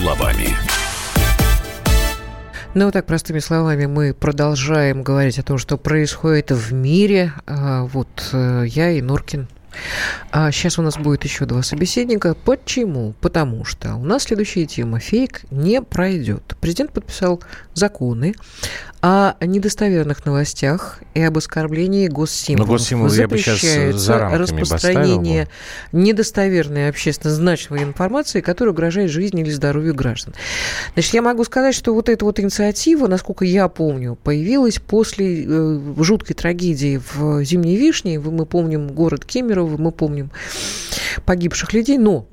словами. Ну, вот так, простыми словами, мы продолжаем говорить о том, что происходит в мире. Я и Норкин. А сейчас у нас будет еще два собеседника. Почему? Потому что у нас следующая тема. Фейк не пройдет. Президент подписал законы о недостоверных новостях и об оскорблении госсимволов. Госсимволы я бы сейчас за рамками распространение недостоверной общественно значимой информации, которая угрожает жизни или здоровью граждан. Значит, я могу сказать, что вот эта вот инициатива, насколько я помню, появилась после жуткой трагедии в Зимней Вишне. Мы помним город Кемерово, мы помним погибших людей, но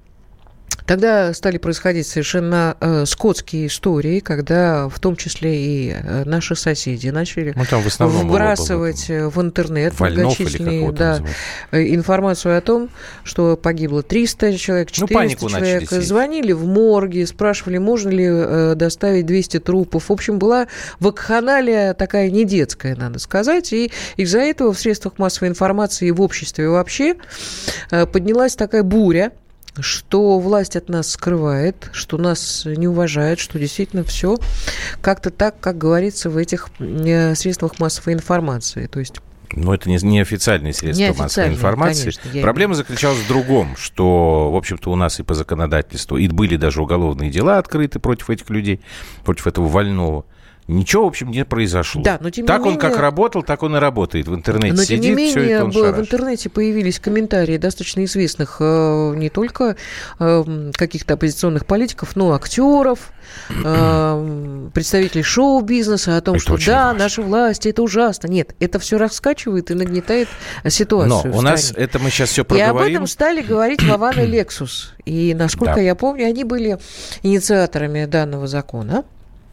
тогда стали происходить совершенно скотские истории, когда в том числе и наши соседи начали вбрасывать в интернет многочисленные информацию о том, что погибло 300 человек, 400 человек. Звонили в морги, спрашивали, можно ли доставить 200 трупов. В общем, была вакханалия такая не детская, надо сказать. И из-за этого в средствах массовой информации и в обществе вообще поднялась такая буря, что власть от нас скрывает, что нас не уважает, что действительно все как-то так, как говорится в этих средствах массовой информации. То есть... Но это не официальные средства массовой информации. Конечно, проблема заключалась в другом, что, в общем-то, у нас и по законодательству, и были даже уголовные дела открыты против этих людей, против этого Вольного. Ничего, в общем, не произошло. Да, но тем не менее, он как работал, так он и работает. В интернете но, сидит, тем не менее, все это он шарашит. В интернете появились комментарии достаточно известных не только каких-то оппозиционных политиков, но и актеров, представителей шоу-бизнеса о том, что да, наши власти, это ужасно. Нет, это все раскачивает и нагнетает ситуацию. Но у нас, это мы сейчас все проговорим. И об этом стали говорить Вован и Лексус. И, насколько я помню, они были инициаторами данного закона.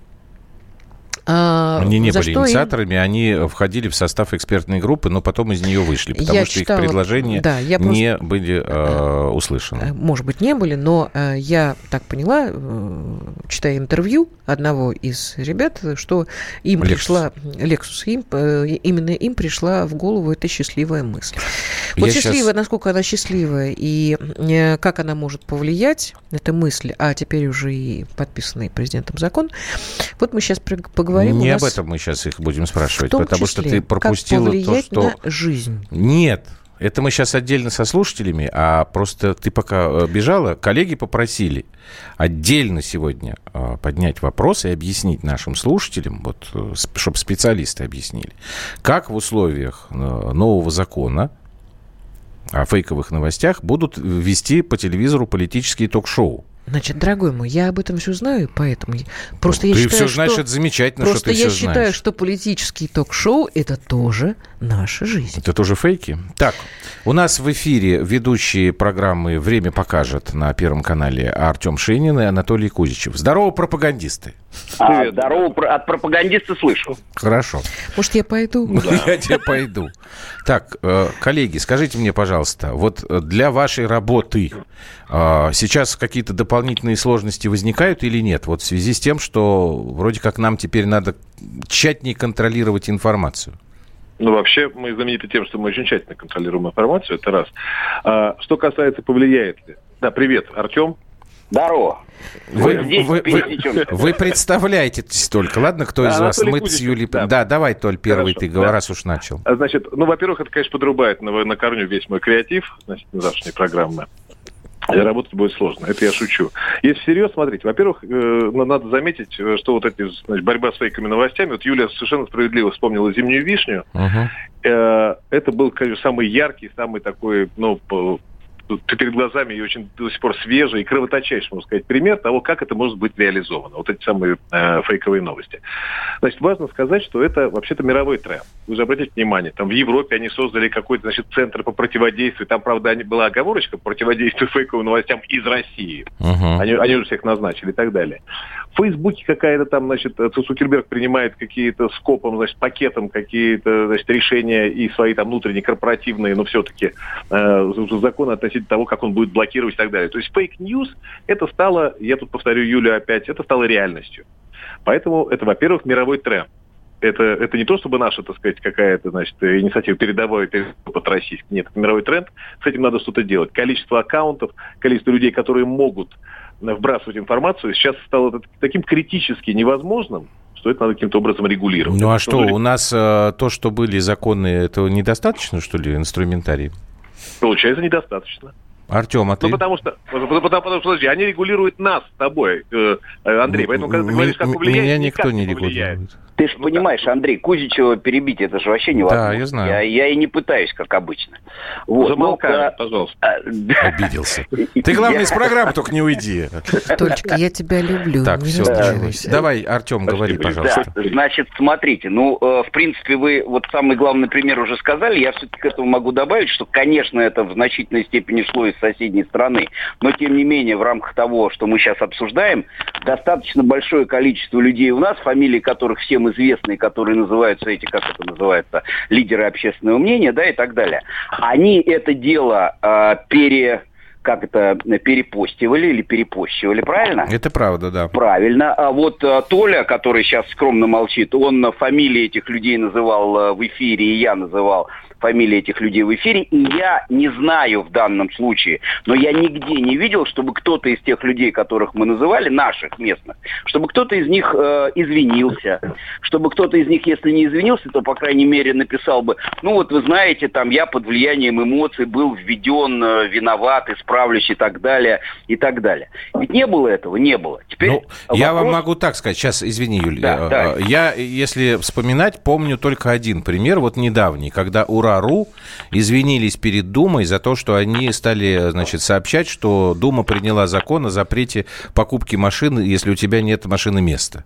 Они не были инициаторами, они входили в состав экспертной группы, но потом из нее вышли, потому что их предложения не были услышаны. Может быть, не были, но я так поняла, читая интервью одного из ребят, что им пришла Lexus, именно им пришла в голову эта счастливая мысль. Вот счастливая, насколько она счастливая и как она может повлиять, эта мысль, а теперь уже и подписанный президентом закон, вот мы сейчас поговорим. Не об этом мы сейчас их будем спрашивать, потому что ты пропустила то, что... на жизнь. Нет, это мы сейчас отдельно со слушателями, а просто ты пока бежала, коллеги попросили отдельно сегодня поднять вопрос и объяснить нашим слушателям, вот, чтобы специалисты объяснили, как в условиях нового закона о фейковых новостях будут вести по телевизору политические ток-шоу. Значит, дорогой мой, я об этом все знаю, поэтому... Просто я ты считаю, все знаешь, это замечательно, что ты все знаешь. Просто я считаю, что политические ток-шоу – это тоже наша жизнь. Это тоже фейки? Так, у нас в эфире ведущие программы «Время покажет» на Первом канале Артем Шейнин и Анатолий Кузичев. Здорово, пропагандисты. Здорово, от пропагандиста слышу. Хорошо. Может, я пойду? Я тебе пойду. Так, коллеги, скажите мне, пожалуйста, вот для вашей работы сейчас какие-то дополнительные сложности возникают или нет? Вот в связи с тем, что вроде как нам теперь надо тщательнее контролировать информацию. Ну, вообще, мы знамениты тем, что мы очень тщательно контролируем информацию, это раз. Что касается, повлияет ли. Да, привет, Артем. Здорово. Вы представляетесь только, ладно, кто из вас? Мы с Юлей... Да, давай, Толь, первый ты, раз уж начал. Значит, во-первых, это, конечно, подрубает на корню весь мой креатив, значит, на завтрашней программы. Работать будет сложно, это я шучу. Если всерьез, смотрите, во-первых, надо заметить, что вот эти, значит, борьба с фейковыми новостями, вот Юлия совершенно справедливо вспомнила «Зимнюю вишню». Это был, конечно, самый яркий, самый такой, перед глазами и очень до сих пор свежий и кровоточайший, можно сказать, пример того, как это может быть реализовано. Вот эти самые фейковые новости. Значит, важно сказать, что это вообще-то мировой тренд. Вы же обратите внимание, там в Европе они создали какой-то, значит, центр по противодействию. Там, правда, была оговорочка по противодействию фейковым новостям из России. Они уже всех назначили и так далее. В Фейсбуке какая-то там, значит, Цукерберг принимает какие-то скопом, значит, пакетом какие-то, значит, решения и свои там внутренние, корпоративные, но все-таки законы относительно того, как он будет блокировать и так далее. То есть фейк-ньюс, это стало, я тут повторю Юлю опять, это стало реальностью. Поэтому это, во-первых, мировой тренд. это не то, чтобы наша, так сказать, какая-то, значит, инициатива передовой опыт российский. Нет, это мировой тренд. С этим надо что-то делать. Количество аккаунтов, количество людей, которые могут вбрасывать информацию, сейчас стало таким критически невозможным, что это надо каким-то образом регулировать. Ну а что, у нас то, что были законы, этого недостаточно, что ли, инструментарий? Получается, недостаточно. Артем, а ты? Потому что, подожди, они регулируют нас с тобой, Андрей. Поэтому, когда ты говоришь, как влияет, меня никто не регулирует. Ты же понимаешь, Андрей, Кузичева перебить, это же вообще невозможно. Да, я знаю. Я и не пытаюсь, как обычно. Вот. Замолкай, пожалуйста. Обиделся. Ты, главное, из программы только не уйди. Толечка, я тебя люблю. Так, все, началось. Давай, Артем, говори, пожалуйста. Да, значит, смотрите, в принципе, вы вот самый главный пример уже сказали. Я все-таки к этому могу добавить, что, конечно, это в значительной степени шло из соседней страны. Но, тем не менее, в рамках того, что мы сейчас обсуждаем, достаточно большое количество людей у нас, фамилии которых всем известные, которые называются лидеры общественного мнения, да, и так далее. Они это дело перепостивали или перепощивали, правильно? Это правда, да. Правильно. А вот Толя, который сейчас скромно молчит, он фамилии этих людей называл в эфире, и я называл фамилии этих людей в эфире, и я не знаю в данном случае, но я нигде не видел, чтобы кто-то из тех людей, которых мы называли, наших местных, чтобы кто-то из них извинился, чтобы кто-то из них, если не извинился, то, по крайней мере, написал бы, вы знаете, там, я под влиянием эмоций был введен, виноват, исправлюсь и так далее, и так далее. Ведь не было этого, не было. Теперь я вам могу так сказать, сейчас, извини, Юль, да. Я, если вспоминать, помню только один пример, вот недавний, когда УРА.ру извинились перед Думой за то, что они стали, сообщать, что Дума приняла закон о запрете покупки машины, если у тебя нет машины места.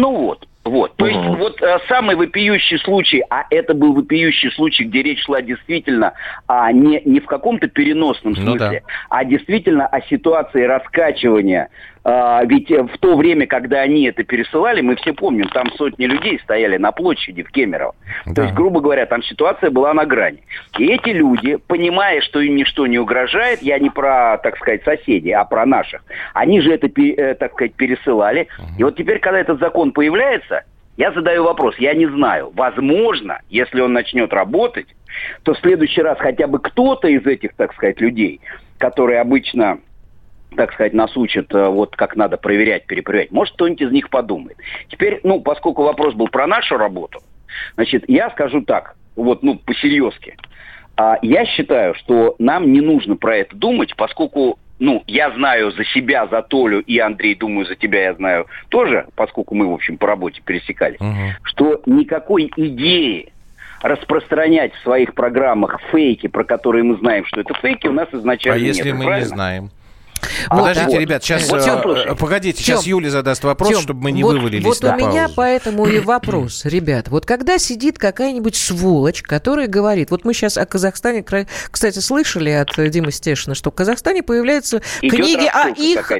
То есть, самый вопиющий случай, а это был вопиющий случай, где речь шла действительно не в каком-то переносном смысле, а действительно о ситуации раскачивания. Ведь в то время, когда они это пересылали, мы все помним, там сотни людей стояли на площади в Кемерово. Да. То есть, грубо говоря, там ситуация была на грани. И эти люди, понимая, что им ничто не угрожает, я не про, так сказать, соседей, а про наших, они же это, так сказать, пересылали. И вот теперь, когда этот закон появляется, я задаю вопрос, я не знаю. Возможно, если он начнет работать, то в следующий раз хотя бы кто-то из этих, так сказать, людей, которые обычно, так сказать, нас учат, как надо проверять, перепроверять, может, кто-нибудь из них подумает. Теперь, поскольку вопрос был про нашу работу, значит, я скажу так, по-серьезки. Я считаю, что нам не нужно про это думать, поскольку я знаю за себя, за Толю, и, Андрей, думаю, за тебя я знаю тоже, поскольку мы, в общем, по работе пересекались, что никакой идеи распространять в своих программах фейки, про которые мы знаем, что это фейки, у нас изначально нет. А если мы правильно? Не знаем? Подождите, ребят, сейчас, погодите, сейчас Юля задаст вопрос, чтобы мы не вывалились на паузу. У меня поэтому и вопрос, ребят. Вот когда сидит какая-нибудь сволочь, которая говорит, вот мы сейчас о Казахстане, кстати, слышали от Димы Стешина, что в Казахстане появляются книги о их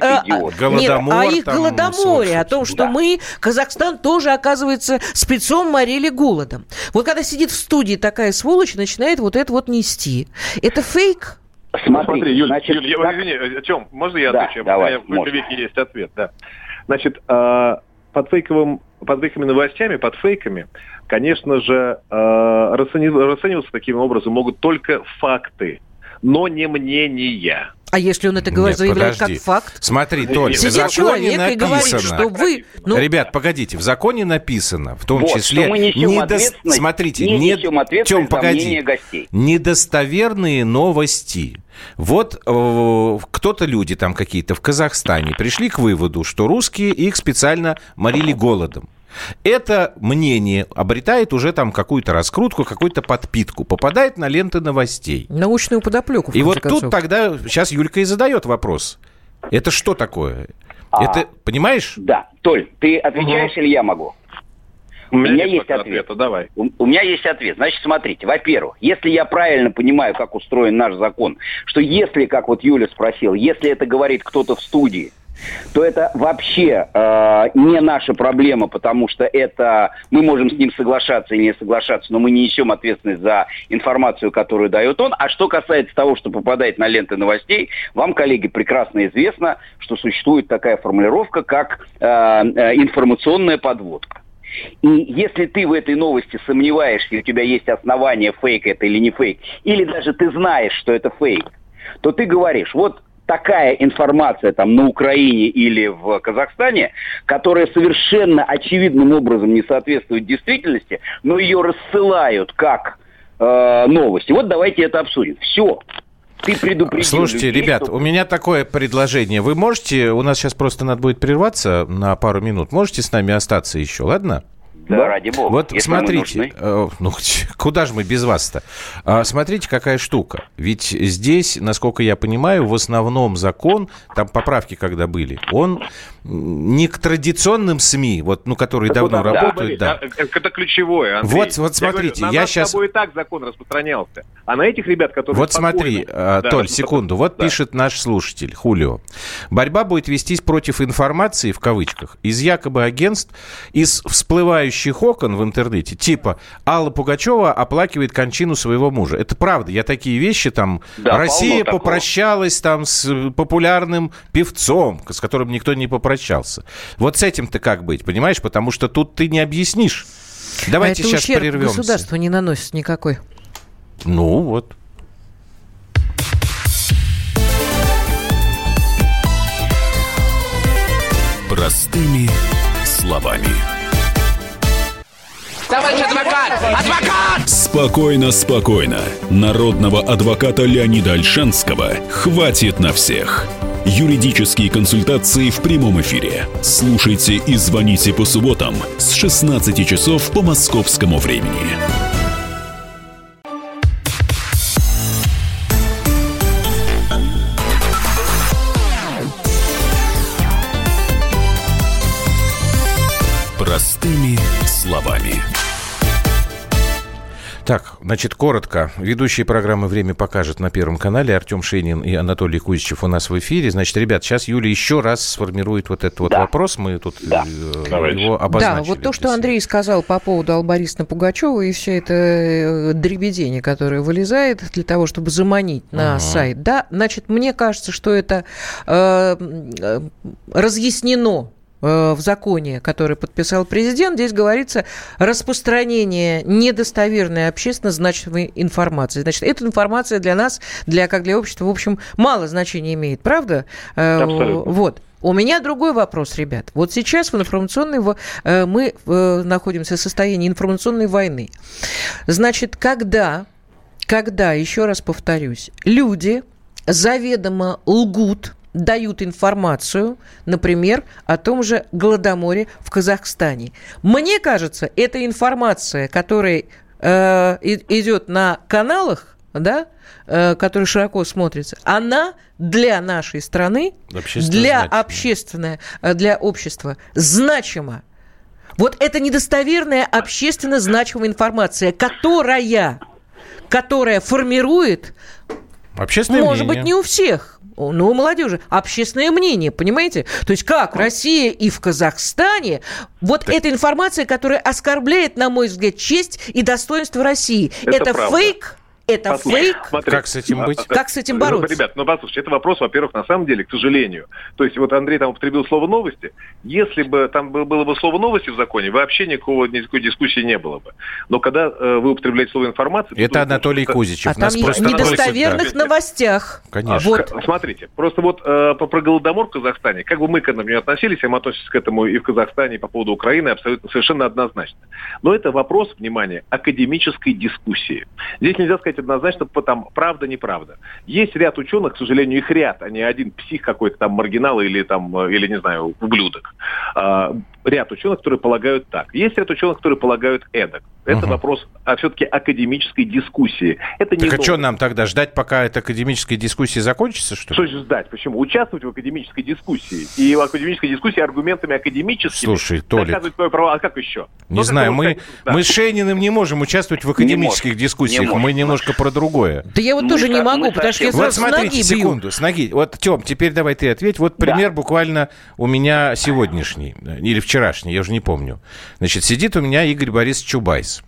голодоморе, о том, что мы, Казахстан, тоже, оказывается, спецом морили голодом. Вот когда сидит в студии такая сволочь, начинает вот это вот нести. Это фейк? Смотри, Юль, извини, Тём, можно я отвечу? Давай, у меня в веке есть ответ, да. Значит, под фейковыми новостями, под фейками, конечно же, расцениваться таким образом могут только факты, но не мнения. А если он это заявляет как факт? Смотри, Толя, в законе написано... Говорит, что вы... Ребят, погодите, в законе написано, в том числе... Что мы несем ответственность, Смотрите, несем ответственность за мнение гостей. Недостоверные новости. Вот кто-то, люди там какие-то в Казахстане пришли к выводу, что русские их специально морили голодом. Это мнение обретает уже там какую-то раскрутку, какую-то подпитку, попадает на ленты новостей. Научную подоплеку. И вот тут тогда сейчас Юлька и задает вопрос. Это что такое? Это, понимаешь? Да. Толь, ты отвечаешь или я могу? У меня есть ответ. Давай. У меня есть ответ. Значит, смотрите. Во-первых, если я правильно понимаю, как устроен наш закон, что если, как вот Юля спросила, если это говорит кто-то в студии, то это вообще не наша проблема, потому что это мы можем с ним соглашаться или не соглашаться, но мы не несем ответственность за информацию, которую дает он. А что касается того, что попадает на ленты новостей, вам, коллеги, прекрасно известно, что существует такая формулировка, как информационная подводка. И если ты в этой новости сомневаешься, и у тебя есть основания, фейк это или не фейк, или даже ты знаешь, что это фейк, то ты говоришь, вот такая информация там на Украине или в Казахстане, которая совершенно очевидным образом не соответствует действительности, но ее рассылают как новости. Вот давайте это обсудим. Все. Ты предупредил. Слушайте, людей, ребят, у меня такое предложение. Вы можете, у нас сейчас просто надо будет прерваться на пару минут, можете с нами остаться еще, ладно? Да, ради бога. Вот смотрите, куда же мы без вас-то? Смотрите, какая штука. Ведь здесь, насколько я понимаю, в основном закон, там поправки когда были, он не к традиционным СМИ, вот, ну, которые так давно работают. Да. Это ключевое, Андрей. Вот смотрите, я сейчас... с тобой и так закон распространялся. А на этих ребят, которые... Вот смотри, Толь, секунду. Вот пишет наш слушатель, Хулио. Борьба будет вестись против информации, в кавычках, из якобы агентств, из всплывающих окон в интернете, типа Алла Пугачева оплакивает кончину своего мужа. Это правда. Я такие вещи там... Да, Россия попрощалась там с популярным певцом, с которым никто не попрощался. Вот с этим-то как быть, понимаешь? Потому что тут ты не объяснишь. Давайте сейчас прервемся. Государство не наносит никакой. Ну, вот. Простыми словами. Товарищ адвокат! Адвокат! Спокойно, спокойно. Народного адвоката Леонида Ольшанского хватит на всех. Юридические консультации в прямом эфире. Слушайте и звоните по субботам с 16 часов по московскому времени. Простыми словами. Так, значит, коротко. Ведущие программы «Время покажет» на Первом канале. Артем Шейнин и Анатолий Кузичев у нас в эфире. Значит, ребят, сейчас Юля еще раз сформирует вот этот вот вопрос. Мы тут его обозначили. Да, вот то, что Андрей сказал по поводу Аллы Борисовны Пугачевой и все это дребедение, которое вылезает для того, чтобы заманить на сайт. Да, значит, мне кажется, что это разъяснено в законе, который подписал президент. Здесь говорится распространение недостоверной общественно значимой информации. Значит, эта информация для нас, как для общества, в общем, мало значения имеет, правда? Абсолютно. Вот. У меня другой вопрос, ребят. Вот сейчас мы находимся в состоянии информационной войны. Значит, когда, еще раз повторюсь, люди заведомо лгут, дают информацию, например, о том же Голодоморе в Казахстане. Мне кажется, эта информация, которая идет на каналах, да, которые широко смотрятся, она для нашей страны, для общества значима. Вот это недостоверная общественно значимая информация, которая формирует, общественное может мнение. быть, не у всех, но у молодежи общественное мнение, понимаете? То есть как Россия и в Казахстане, вот эта информация, которая оскорбляет, на мой взгляд, честь и достоинство России. Это фейк. Это фейк. Смотри, как с этим быть? Как с этим бороться? Ребят, послушайте, это вопрос, во-первых, на самом деле, к сожалению. То есть вот Андрей там употребил слово «новости». Если бы там было бы слово «новости» в законе, вообще никакой дискуссии не было бы. Но когда вы употребляете слово «информация»... Это Анатолий Кузичев. А там есть недостоверных новостях. Конечно. Вот. Смотрите, просто вот про Голодомор в Казахстане, как бы мы к этому не относились, мы относимся к этому и в Казахстане, и по поводу Украины абсолютно совершенно однозначно. Но это вопрос, внимание, академической дискуссии. Здесь нельзя сказать однозначно, там правда, неправда. Есть ряд ученых, к сожалению, их ряд, а не один псих какой-то там маргинал или не знаю, ублюдок. Ряд ученых, которые полагают так. Есть ряд ученых, которые полагают эдак. Это вопрос все-таки академической дискуссии. Это так а что нам тогда, ждать, пока эта академическая дискуссия закончится, что ли? Что же ждать? Почему? Участвовать в академической дискуссии. И в академической дискуссии аргументами академическими. Слушай, Толик, доказывать свое право. А как еще? Не знаю, мы с Шейниным не можем участвовать в академических дискуссиях. Мы немножко про другое. Да я вот тоже не могу, потому что я сразу вот смотрите, секунду, с ноги. Вот, Тём, теперь давай ты ответь. Вот пример буквально у меня сегодняшний, или вчерашний, я уже не помню. Значит, сидит у меня Игорь Борисович Чубайс.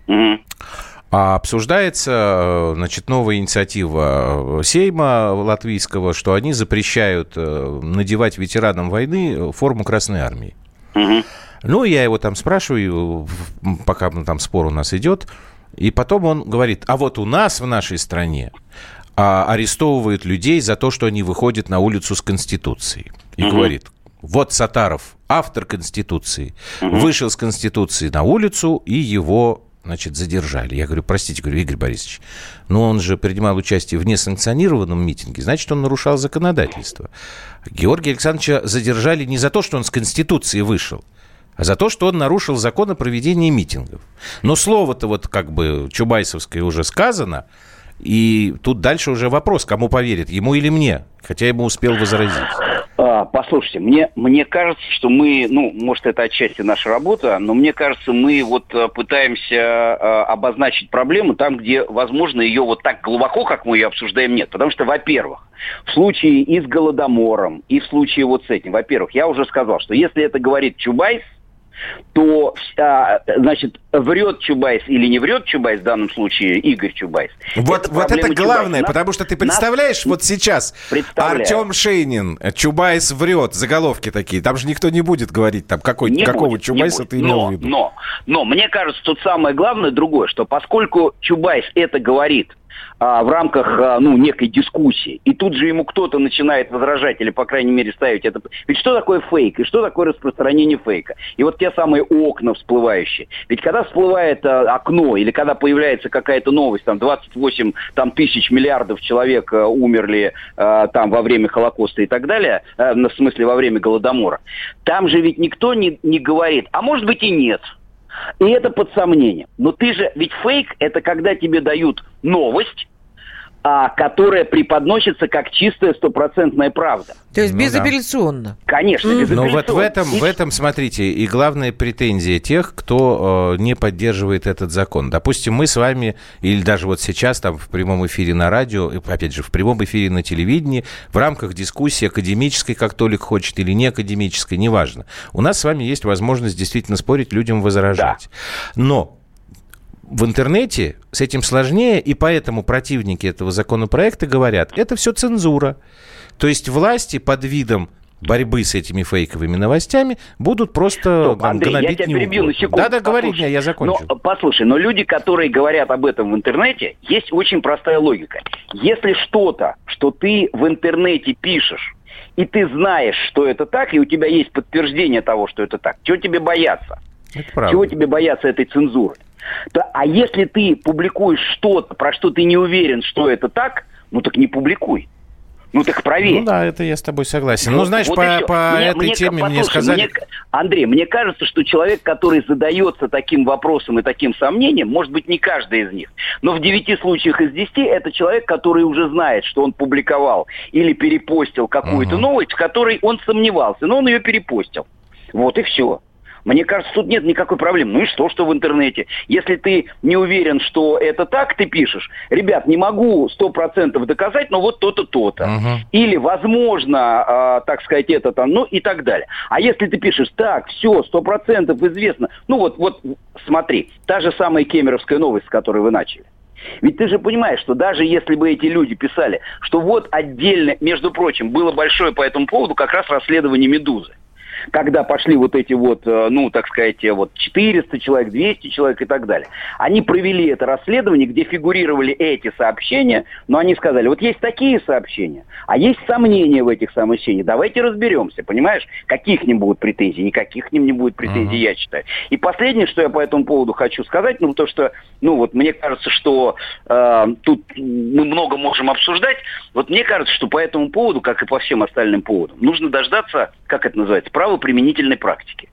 А обсуждается, значит, новая инициатива Сейма латвийского, что они запрещают надевать ветеранам войны форму Красной Армии. Ну, я его там спрашиваю, пока там спор у нас идет, и потом он говорит, а вот у нас в нашей стране арестовывают людей за то, что они выходят на улицу с Конституцией. И говорит, вот Саттаров, автор Конституции, вышел с Конституции на улицу, и его, значит, задержали. Я говорю, простите, Игорь Борисович, но он же принимал участие в несанкционированном митинге, значит, он нарушал законодательство. Георгия Александровича задержали не за то, что он с Конституции вышел, а за то, что он нарушил закон о проведении митингов. Но слово-то вот как бы чубайсовское уже сказано, и тут дальше уже вопрос, кому поверит, ему или мне, хотя ему успел возразить. Послушайте, мне кажется, что мы, может, это отчасти наша работа, но мне кажется, мы вот пытаемся обозначить проблему там, где, возможно, ее вот так глубоко, как мы ее обсуждаем, нет. Потому что, во-первых, в случае и с Голодомором, и в случае вот с этим, во-первых, я уже сказал, что если это говорит Чубайс, то, значит, врет Чубайс или не врет Чубайс, в данном случае Игорь Чубайс. Вот это главное, Чубайса. Потому что ты представляешь, вот сейчас Артем Шейнин, Чубайс врет, заголовки такие, там же никто не будет говорить, там, какого Чубайса ты имел в виду. Но мне кажется, тут самое главное другое, что поскольку Чубайс это говорит в рамках, некой дискуссии, и тут же ему кто-то начинает возражать, или, по крайней мере, ставить это... Ведь что такое фейк, и что такое распространение фейка? И вот те самые окна всплывающие. Ведь когда всплывает окно, или когда появляется какая-то новость, там, 28 тысяч миллиардов человек умерли там во время Холокоста и так далее, в смысле, во время Голодомора, там же ведь никто не говорит, а может быть и нет. И это под сомнением. Но ведь фейк – это когда тебе дают новость, которая преподносится как чистая стопроцентная правда. То есть безапелляционно. Да. Конечно, безапелляционно. Но вот в этом, смотрите, и главная претензия тех, кто не поддерживает этот закон. Допустим, мы с вами, или даже вот сейчас там в прямом эфире на радио, опять же, в прямом эфире на телевидении, в рамках дискуссии академической, как Толик хочет, или не академической, неважно. У нас с вами есть возможность действительно спорить, людям возражать. Да. Но в интернете с этим сложнее, и поэтому противники этого законопроекта говорят, это все цензура. То есть власти под видом борьбы с этими фейковыми новостями будут просто Андрей, я тебя перебью на секунду. Да, говори, я закончу. Послушай, но люди, которые говорят об этом в интернете, есть очень простая логика. Если что-то, что ты в интернете пишешь, и ты знаешь, что это так, и у тебя есть подтверждение того, что это так, чего тебе бояться? Чего тебе бояться этой цензуры? А если ты публикуешь что-то, про что ты не уверен, что это так, так не публикуй. Так проверь. Да, это я с тобой согласен. Знаешь, по этой теме мне сказали... Андрей, мне кажется, что человек, который задается таким вопросом и таким сомнением, может быть, не каждый из них, но в 9 случаях из 10 это человек, который уже знает, что он публиковал или перепостил какую-то новость, в которой он сомневался, но он ее перепостил. Вот и все. Мне кажется, тут нет никакой проблемы. И что в интернете? Если ты не уверен, что это так, ты пишешь, ребят, не могу 100% доказать, но вот то-то, то-то. Или, возможно, так сказать, это там, и так далее. А если ты пишешь, так, все, 100% известно, вот смотри, та же самая кемеровская новость, с которой вы начали. Ведь ты же понимаешь, что даже если бы эти люди писали, что вот отдельно, между прочим, было большое по этому поводу как раз расследование «Медузы». Когда пошли вот эти так сказать, 400 человек, 200 человек и так далее. Они провели это расследование, где фигурировали эти сообщения, но они сказали, вот есть такие сообщения, а есть сомнения в этих сообщениях. Давайте разберемся, понимаешь, какие к ним будут претензии, никаких к ним не будет претензий, я считаю. И последнее, что я по этому поводу хочу сказать, то, что, мне кажется, что тут мы много можем обсуждать. Вот мне кажется, что по этому поводу, как и по всем остальным поводам, нужно дождаться, как это называется, правоприменительной практики.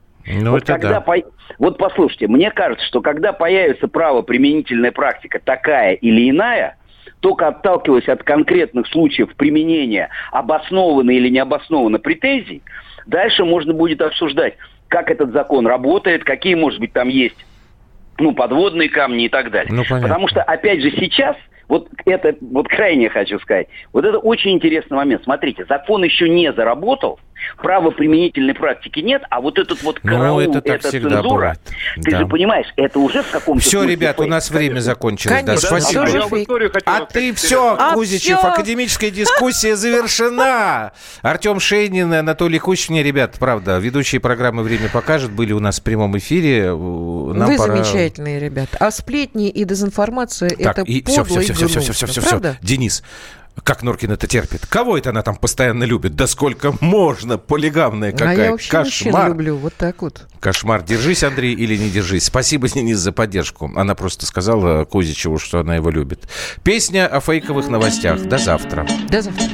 Вот послушайте, мне кажется, что когда появится правоприменительная практика такая или иная, только отталкиваясь от конкретных случаев применения обоснованно или необоснованно претензий, дальше можно будет обсуждать, как этот закон работает, какие, может быть, там есть подводные камни и так далее. Потому что, опять же, сейчас, крайне хочу сказать, это очень интересный момент. Смотрите, закон еще не заработал, правоприменительной практики нет, а вот этот вот караул, это цензура, бывает. Ты же понимаешь, это уже в каком-то смысле... Все, ребят, у нас время закончилось. Конечно, да, спасибо. Ты все, Кузичев, академическая дискуссия завершена. Артем Шейнин, Анатолий Кучнев, ребят, правда, ведущие программы «Время покажет» были у нас в прямом эфире. Вы замечательные, ребят. А сплетни и дезинформация — это подло и гнусно, правда? Денис, как Норкин это терпит? Кого это она там постоянно любит? Да сколько можно? Полигамная какая. А я вообще мужчин люблю, вот так вот. Кошмар. Держись, Андрей, или не держись. Спасибо, Денис, за поддержку. Она просто сказала Кузичеву, что она его любит. Песня о фейковых новостях. До завтра. До завтра.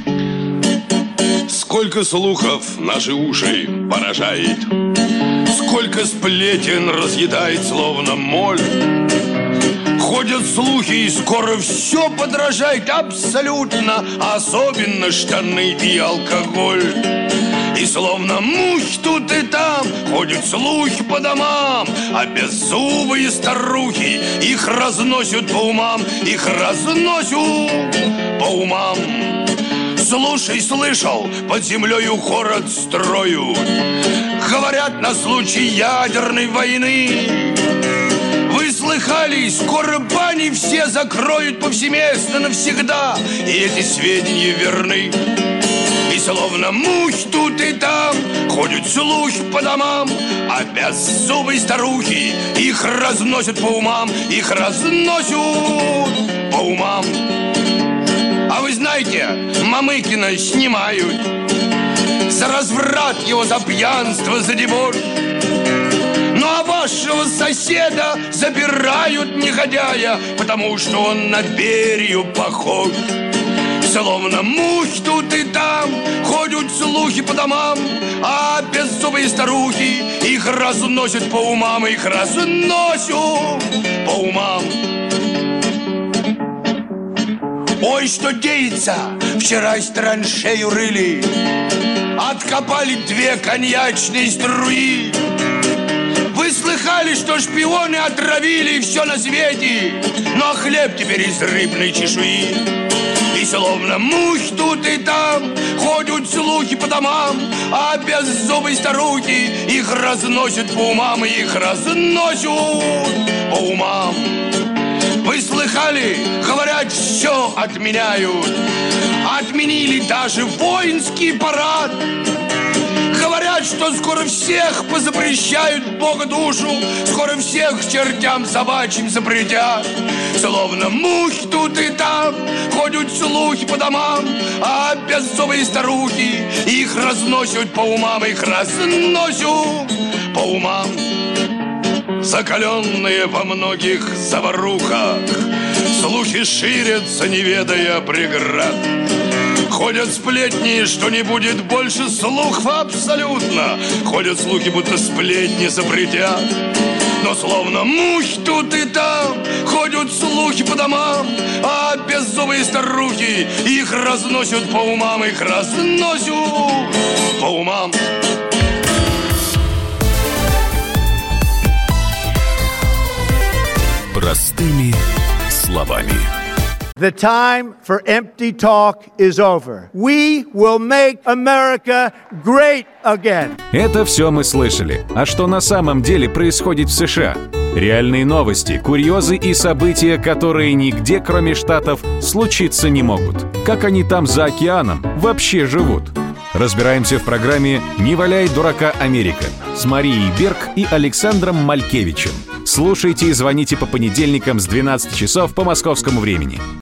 Сколько слухов наши уши поражает, сколько сплетен разъедает словно моль. Ходят слухи, и скоро все подорожает абсолютно, особенно штаны и алкоголь. И словно мухи тут и там ходят слухи по домам, а беззубые старухи их разносят по умам, их разносят по умам. Слушай, слышал, под землею город строят, говорят, на случай ядерной войны. Вы слыхали, скоро бани все закроют повсеместно навсегда, и эти сведения верны. И словно мухи тут и там ходят слухи по домам, а беззубые старухи их разносят по умам, их разносят по умам. А вы знаете, Мамыкина снимают за разврат его, за пьянство, за дебош. Ну а вашего соседа забирают негодяя, потому что он на Берию похож. Словно мухи тут и там ходят слухи по домам, а беззубые старухи их разносят по умам, их разносят по умам. Ой, что деется, вчера из траншею рыли, откопали 2 коньячные струи. Вы слыхали, что шпионы отравили все на свете, но хлеб теперь из рыбной чешуи. И словно мухи тут и там ходят слухи по домам, а беззубые старухи их разносят по умам, их разносят по умам. Вы слыхали, говорят, все отменяют, отменили даже воинский парад. Говорят, что скоро всех позапрещают Бога душу, скоро всех к чертям собачьим запретят. Словно мухи тут и там ходят слухи по домам, а беззубые старухи их разносят по умам, их разносят по умам. Закаленные во многих заварухах, слухи ширятся, не ведая преград. Ходят сплетни, что не будет больше слухов абсолютно. Ходят слухи, будто сплетни запретят. Но словно мухи тут и там ходят слухи по домам, а беззубые старухи их разносят по умам, их разносят по умам. Простыми словами. The time for empty talk is over. We will make America great again. Это все мы слышали. А что на самом деле происходит в США? Реальные новости, курьезы и события, которые нигде, кроме Штатов, случиться не могут. Как они там за океаном вообще живут? Разбираемся в программе «Не валяй дурака, Америка» с Марией Берг и Александром Малькевичем. Слушайте и звоните по понедельникам с 12 часов по московскому времени.